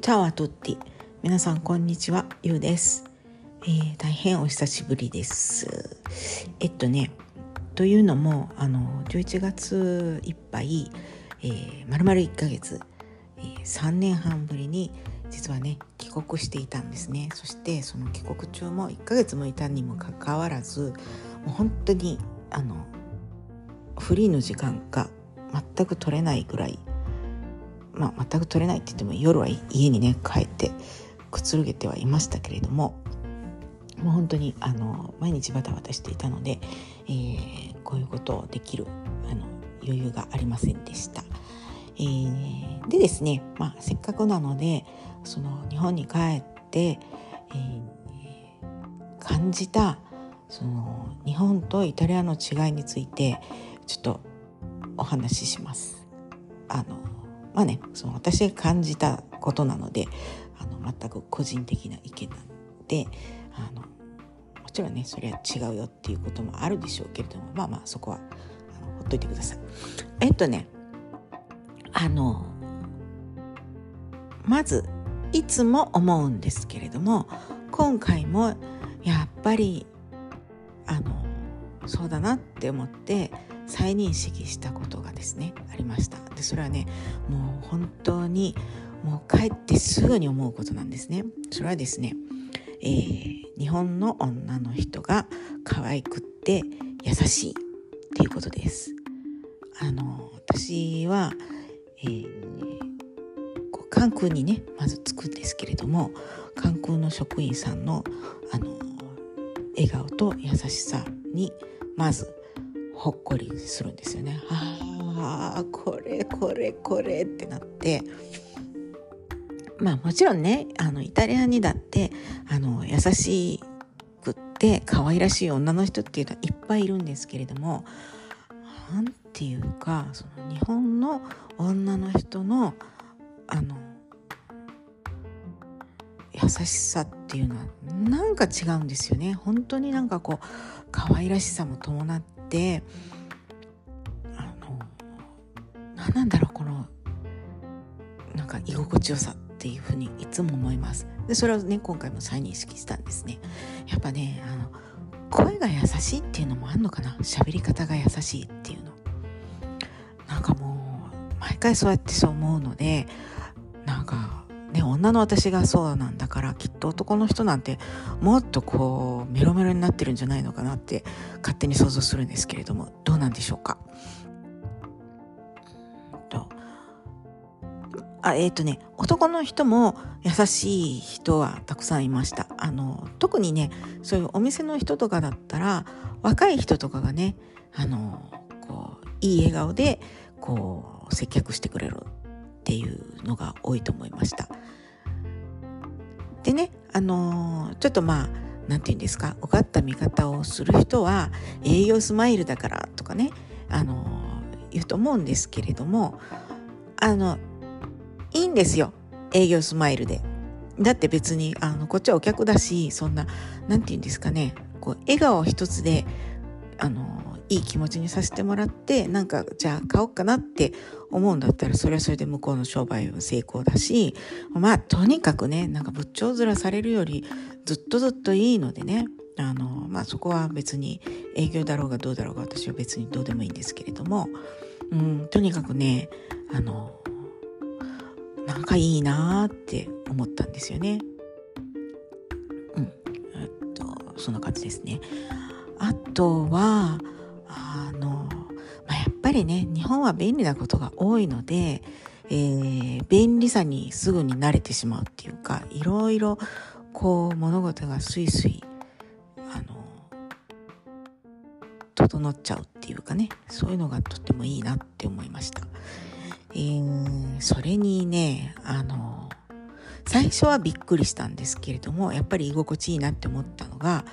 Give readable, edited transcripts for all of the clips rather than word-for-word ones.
チャオアトッティ。皆さんこんにちは、ゆうです。大変お久しぶりです。というのも11月いっぱい、丸々1ヶ月、3年半ぶりに実はね帰国していたんですね。そしてその帰国中も1ヶ月もいたにもかかわらず、もう本当にフリーの時間が全く取れないぐらい、全く取れないって言っても夜は家にね帰ってくつろげてはいましたけれども、もう本当に毎日バタバタしていたので、こういうことをできる余裕がありませんでした。でですね、せっかくなのでその日本に帰って、感じたその日本とイタリアの違いについてちょっとお話しします。その私が感じたことなので全く個人的な意見なのでもちろんねそれは違うよっていうこともあるでしょうけれども、そこはほっといてください。まずいつも思うんですけれども、今回もやっぱりそうだなって思って再認識したことがですねありました。でそれはねもう本当にもう帰ってすぐに思うことなんですね。それはですね、日本の女の人が可愛くって優しいっていうことです。私は、カンクンにねまず着くんですけれども、カンクンの職員さんの笑顔と優しさにまずほっこりするんですよね。これってなって、もちろんねイタリアにだって優しくって可愛らしい女の人っていうのはいっぱいいるんですけれども、なんていうかその日本の女の人の優しさっていうのはなんか違うんですよね。本当になんかこう可愛らしさも伴ってなんだろう、このなんか居心地よさっていうふうにいつも思います。でそれをね今回も再認識したんですね。やっぱね声が優しいっていうのもあんのかな、喋り方が優しいっていうの、なんかもう毎回そうやってそう思うので、なんかね女の私がそうなんだからきっと男の人なんてもっとこうメロメロになってるんじゃないのかなって勝手に想像するんですけれども、どうなんでしょうか。男の人も優しい人はたくさんいました。特にねそういうお店の人とかだったら若い人とかがねこういい笑顔でこう接客してくれるっていうのが多いと思いました。でねちょっとなんていうんですか、うがった見方をする人は営業スマイルだからとかね言うと思うんですけれども、いいんですよ営業スマイルで。だって別にこっちはお客だし、そんななんていうんですかね、こう笑顔一つでいい気持ちにさせてもらって、なんかじゃあ買おうかなって思うんだったらそれはそれで向こうの商売は成功だし、とにかくねなんか仏頂面されるよりずっといいのでね、そこは別に営業だろうがどうだろうが私は別にどうでもいいんですけれども、とにかくねなんかいいなって思ったんですよね。そんな感じですね。あとはやっぱりね日本は便利なことが多いので、便利さにすぐに慣れてしまうっていうか、いろいろこう物事がスイスイ整っちゃうっていうかね、そういうのがとてもいいなって思いました。それにね最初はびっくりしたんですけれども、やっぱり居心地いいなって思ったのが、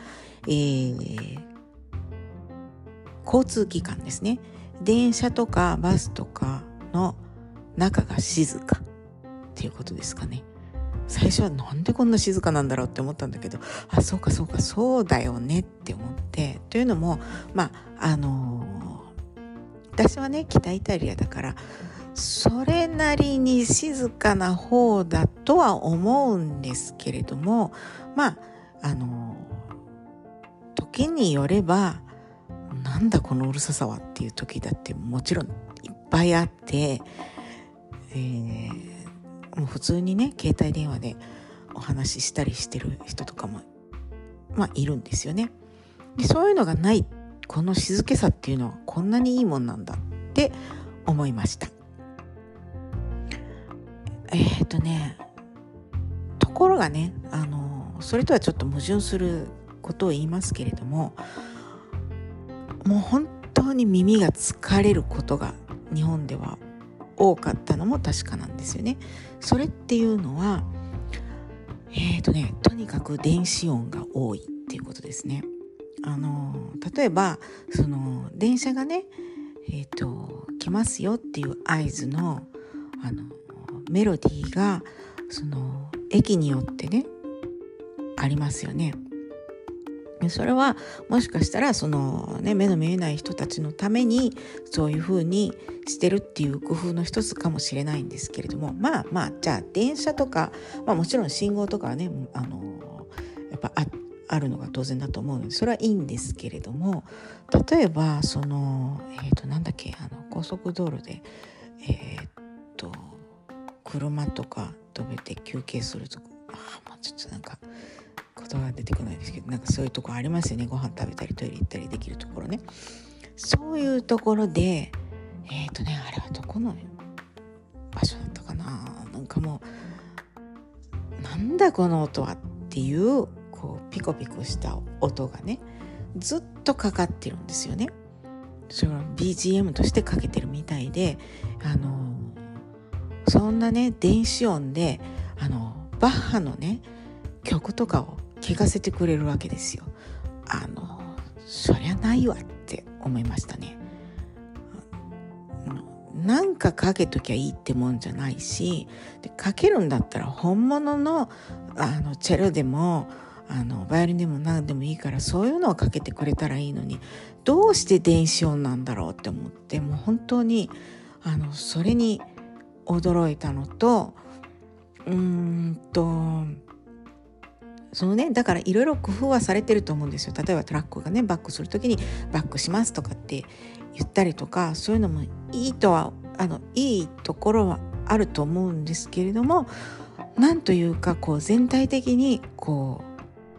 交通機関ですね。電車とかバスとかの中が静かっていうことですかね。最初はなんでこんな静かなんだろうって思ったんだけど、そうだよねって思って、というのも私はね北イタリアだからそれなりに静かな方だとは思うんですけれども、時によればなんだこのうるささはっていう時だってもちろんいっぱいあって、もう普通にね携帯電話でお話ししたりしてる人とかもいるんですよね。でそういうのがないこの静けさっていうのはこんなにいいもんなんだって思いました。ところがね、それとはちょっと矛盾することを言いますけれども、もう本当に耳が疲れることが日本では多かったのも確かなんですよね。それっていうのはとにかく電子音が多いっていうことですね。例えばその電車がね来ますよっていう合図のメロディーがその駅によってねありますよね。それはもしかしたらその、ね、目の見えない人たちのためにそういう風にしてるっていう工夫の一つかもしれないんですけれども、じゃあ電車とか、もちろん信号とかはねやっぱあるのが当然だと思うのでそれはいいんですけれども、例えばその高速道路で車とか止めて休憩するとかちょっとなんか言葉が出てこないですけど、なんかそういうとこありますよね。ご飯食べたりトイレ行ったりできるところね。そういうところであれはどこの場所だったかな、なんかもうなんだこの音はっていうこうピコピコした音がねずっとかかってるんですよね。それを BGM としてかけてるみたいで、そんなね電子音でバッハのね曲とかを聴かせてくれるわけですよ。そりゃないわって思いましたね。なんかかけときゃいいってもんじゃないし、でかけるんだったら本物のチェロでもバイオリンでも何でもいいからそういうのをかけてくれたらいいのに、どうして電子音なんだろうって思って、もう本当にそれに驚いたのと、そのねだからいろいろ工夫はされてると思うんですよ。例えばトラックがねバックするときにバックしますとかって言ったりとか、そういうのもいいところはあると思うんですけれども、なんというかこう全体的にこう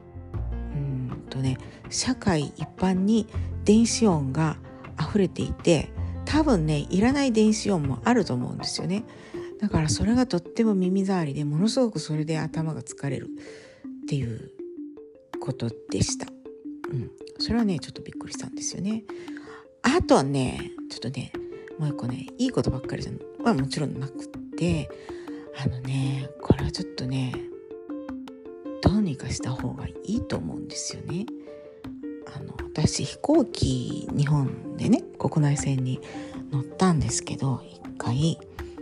社会一般に電子音が溢れていて、多分ねいらない電子音もあると思うんですよね。だからそれがとっても耳障りで、ものすごくそれで頭が疲れるっていうことでした。それはねちょっとびっくりしたんですよね。あとはねちょっとねもう一個ねいいことばっかりはもちろんなくって、これはちょっとねどうにかした方がいいと思うんですよね。私飛行機日本でね国内線に乗ったんですけど、一回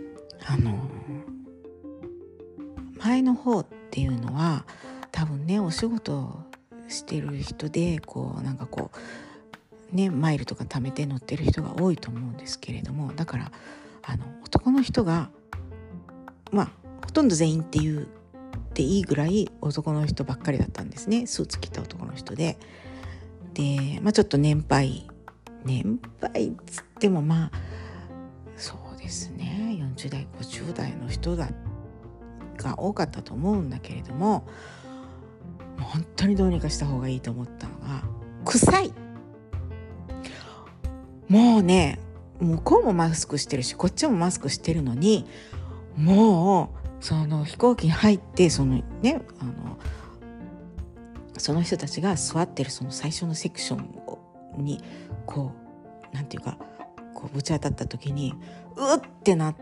前の方っていうのは多分ねお仕事してる人でこうねマイルとか貯めて乗ってる人が多いと思うんですけれども、だから男の人がほとんど全員って言っていいぐらい男の人ばっかりだったんですね。スーツ着た男の人でちょっと年配っつってもそうですね40代50代の人が多かったと思うんだけれども、本当にどうにかした方がいいと思ったのが臭い。もうね向こうもマスクしてるしこっちもマスクしてるのに、もうその飛行機に入ってその人たちが座ってるその最初のセクションにこうぶち当たった時にうってなって、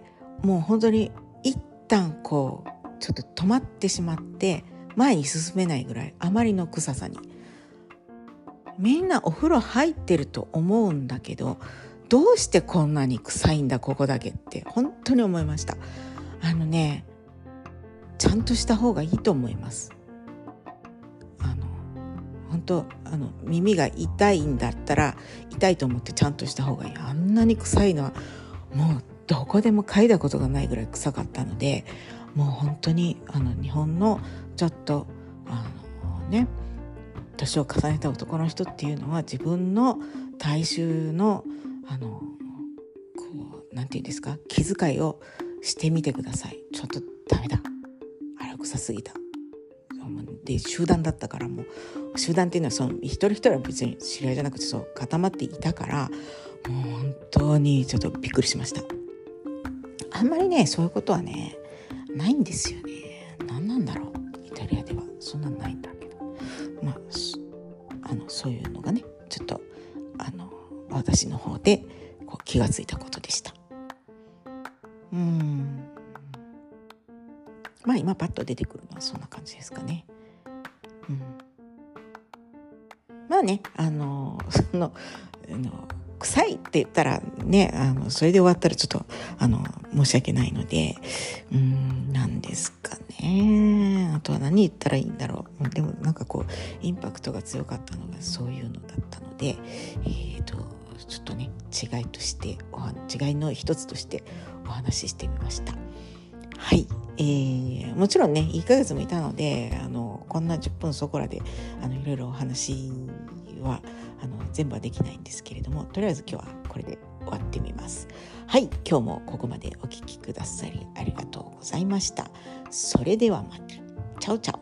もう本当に一旦こうちょっと止まってしまって前に進めないぐらい、あまりの臭さに。みんなお風呂入ってると思うんだけど、どうしてこんなに臭いんだここだけって本当に思いました。ちゃんとした方がいいと思います。本当耳が痛いんだったら痛いと思ってちゃんとした方がいい。あんなに臭いのはもうどこでも嗅いだことがないぐらい臭かったので、もう本当に日本のちょっと年を重ねた男の人っていうのは自分の体臭のなんていうんですか、気遣いをしてみてください。ちょっとダメだ、あれ臭すぎた。で集団だったから、もう集団っていうのはその一人一人は別に知り合いじゃなくて固まっていたから、もう本当にちょっとびっくりしました。あんまりねそういうことはねないんですよね。何なんだろう、イタリアではそんなんないんだけど、そういうのがねちょっと私の方で気がついたことでした。今パッと出てくるのはそんな感じですかね。臭いって言ったらね、それで終わったらちょっと申し訳ないので、なんですかね。あとは何言ったらいいんだろう。でもインパクトが強かったのがそういうのだったので、ちょっとね違いの一つとしてお話ししてみました。はい、もちろんね1ヶ月もいたのでこんな10分そこらでいろいろお話は全部はできないんですけれども、とりあえず今日はこれで終わってみます。はい、今日もここまでお聞きくださりありがとうございました。それではまた。チャオチャオ。